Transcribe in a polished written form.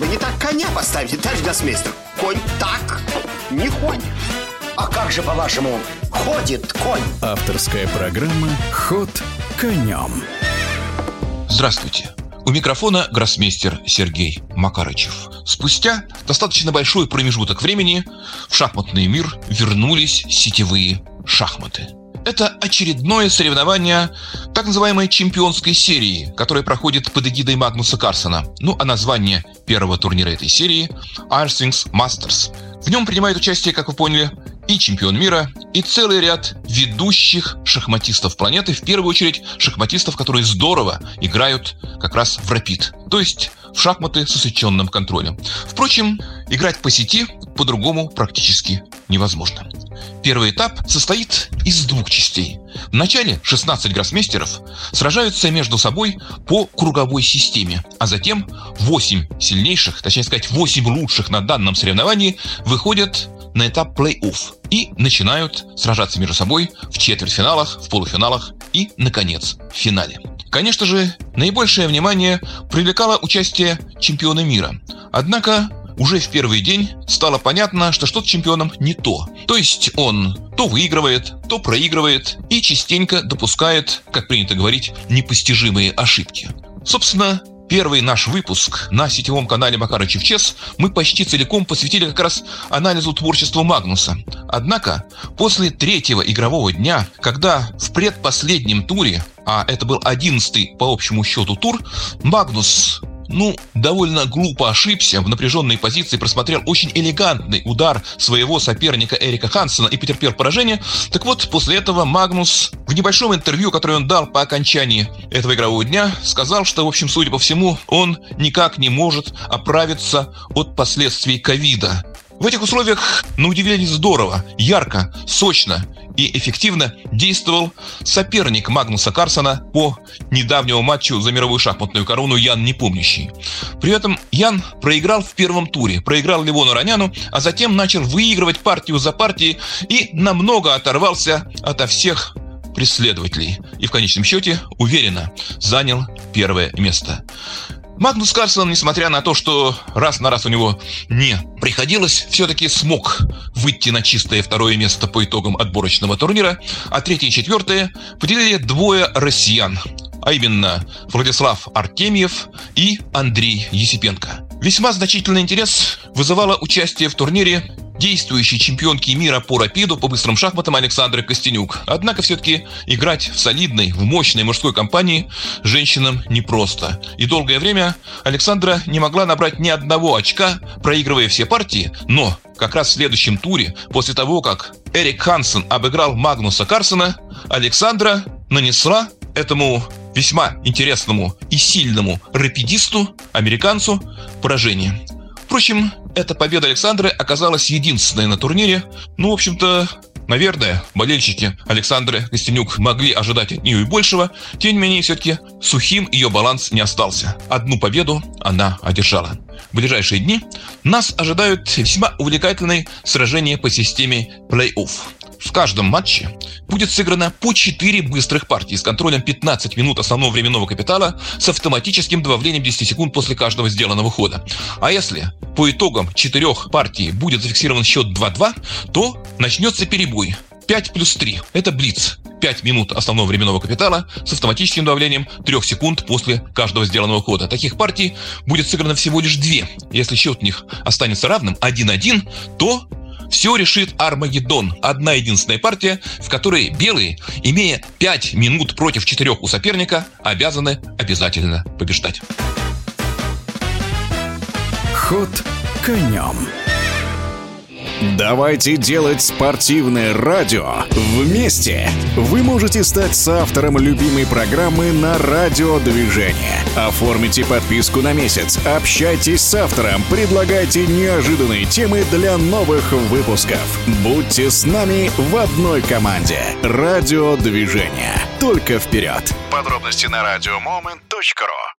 Вы не так коня поставите, товарищ гроссмейстер. Конь так не ходит. А как же, по-вашему, ходит конь? Авторская программа «Ход конем». Здравствуйте. У микрофона гроссмейстер Сергей Макарычев. Спустя достаточно большой промежуток времени в шахматный мир вернулись сетевые шахматы. Это очередное соревнование так называемой чемпионской серии, которая проходит под эгидой Магнуса Карлсена. А название первого турнира этой серии – Arthings Masters. В нем принимает участие, как вы поняли, и чемпион мира, и целый ряд ведущих шахматистов планеты, в первую очередь шахматистов, которые здорово играют как раз в рапид, то есть в шахматы с усеченным контролем. Впрочем, играть по сети по-другому практически невозможно. Первый этап состоит из двух частей. В начале 16 гроссмейстеров сражаются между собой по круговой системе, а затем 8 сильнейших, точнее сказать 8 лучших на данном соревновании выходят на этап плей-офф и начинают сражаться между собой в четвертьфиналах, в полуфиналах и, наконец, в финале. Конечно же, наибольшее внимание привлекало участие чемпиона мира. Однако уже в первый день стало понятно, что что-то с чемпионом не то. То есть он то выигрывает, то проигрывает и частенько допускает, как принято говорить, непостижимые ошибки. Собственно, первый наш выпуск на сетевом канале Макарычев Чес мы почти целиком посвятили как раз анализу творчества Магнуса. Однако, после третьего игрового дня, когда в предпоследнем туре, а это был 11-й по общему счету тур, Магнус довольно глупо ошибся, в напряженной позиции просмотрел очень элегантный удар своего соперника Эрика Хансена и потерпел поражение. Так вот, после этого Магнус в небольшом интервью, которое он дал по окончании этого игрового дня, сказал, что, в общем, судя по всему, он никак не может оправиться от последствий ковида. В этих условиях, на удивление, здорово, ярко, сочно и эффективно действовал соперник Магнуса Карлсена по недавнему матчу за мировую шахматную корону Ян Непомнящий. При этом Ян проиграл в первом туре, проиграл Левону Раняну, а затем начал выигрывать партию за партией и намного оторвался ото всех преследователей. И в конечном счете уверенно занял первое место. Магнус Карлсен, несмотря на то, что раз на раз у него не приходилось, все-таки смог выйти на чистое второе место по итогам отборочного турнира, а третье и четвертое поделили двое россиян, а именно Владислав Артемьев и Андрей Есипенко. Весьма значительный интерес вызывало участие в турнире действующей чемпионки мира по рапиду, по быстрым шахматам Александры Костенюк. Однако все-таки играть в солидной, в мощной мужской компании женщинам непросто. И долгое время Александра не могла набрать ни одного очка, проигрывая все партии, но как раз в следующем туре, после того, как Эрик Хансен обыграл Магнуса Карлсена, Александра нанесла этому весьма интересному и сильному рапидисту, американцу, поражение. Впрочем, эта победа Александры оказалась единственной на турнире. В общем-то, наверное, болельщики Александры Костенюк могли ожидать от нее и большего. Тем не менее, все-таки сухим ее баланс не остался. Одну победу она одержала. В ближайшие дни нас ожидают весьма увлекательные сражения по системе плей-офф. В каждом матче будет сыграно по 4 быстрых партии с контролем 15 минут основного временного капитала с автоматическим добавлением 10 секунд после каждого сделанного хода. А если по итогам 4 партий будет зафиксирован счет 2-2, то начнется перебой 5+3. Это блиц. 5 минут основного временного капитала с автоматическим добавлением 3 секунд после каждого сделанного хода. Таких партий будет сыграно всего лишь 2. Если счет у них останется равным 1-1, то все решит Армагеддон. Одна единственная партия, в которой белые, имея 5 минут против 4 у соперника, обязаны обязательно побеждать. Ход конем. Давайте делать спортивное радио вместе. Вы можете стать соавтором любимой программы на радиодвижение. Оформите подписку на месяц, общайтесь с автором, предлагайте неожиданные темы для новых выпусков. Будьте с нами в одной команде. Радиодвижение. Только вперед. Подробности на radiomoment.ru.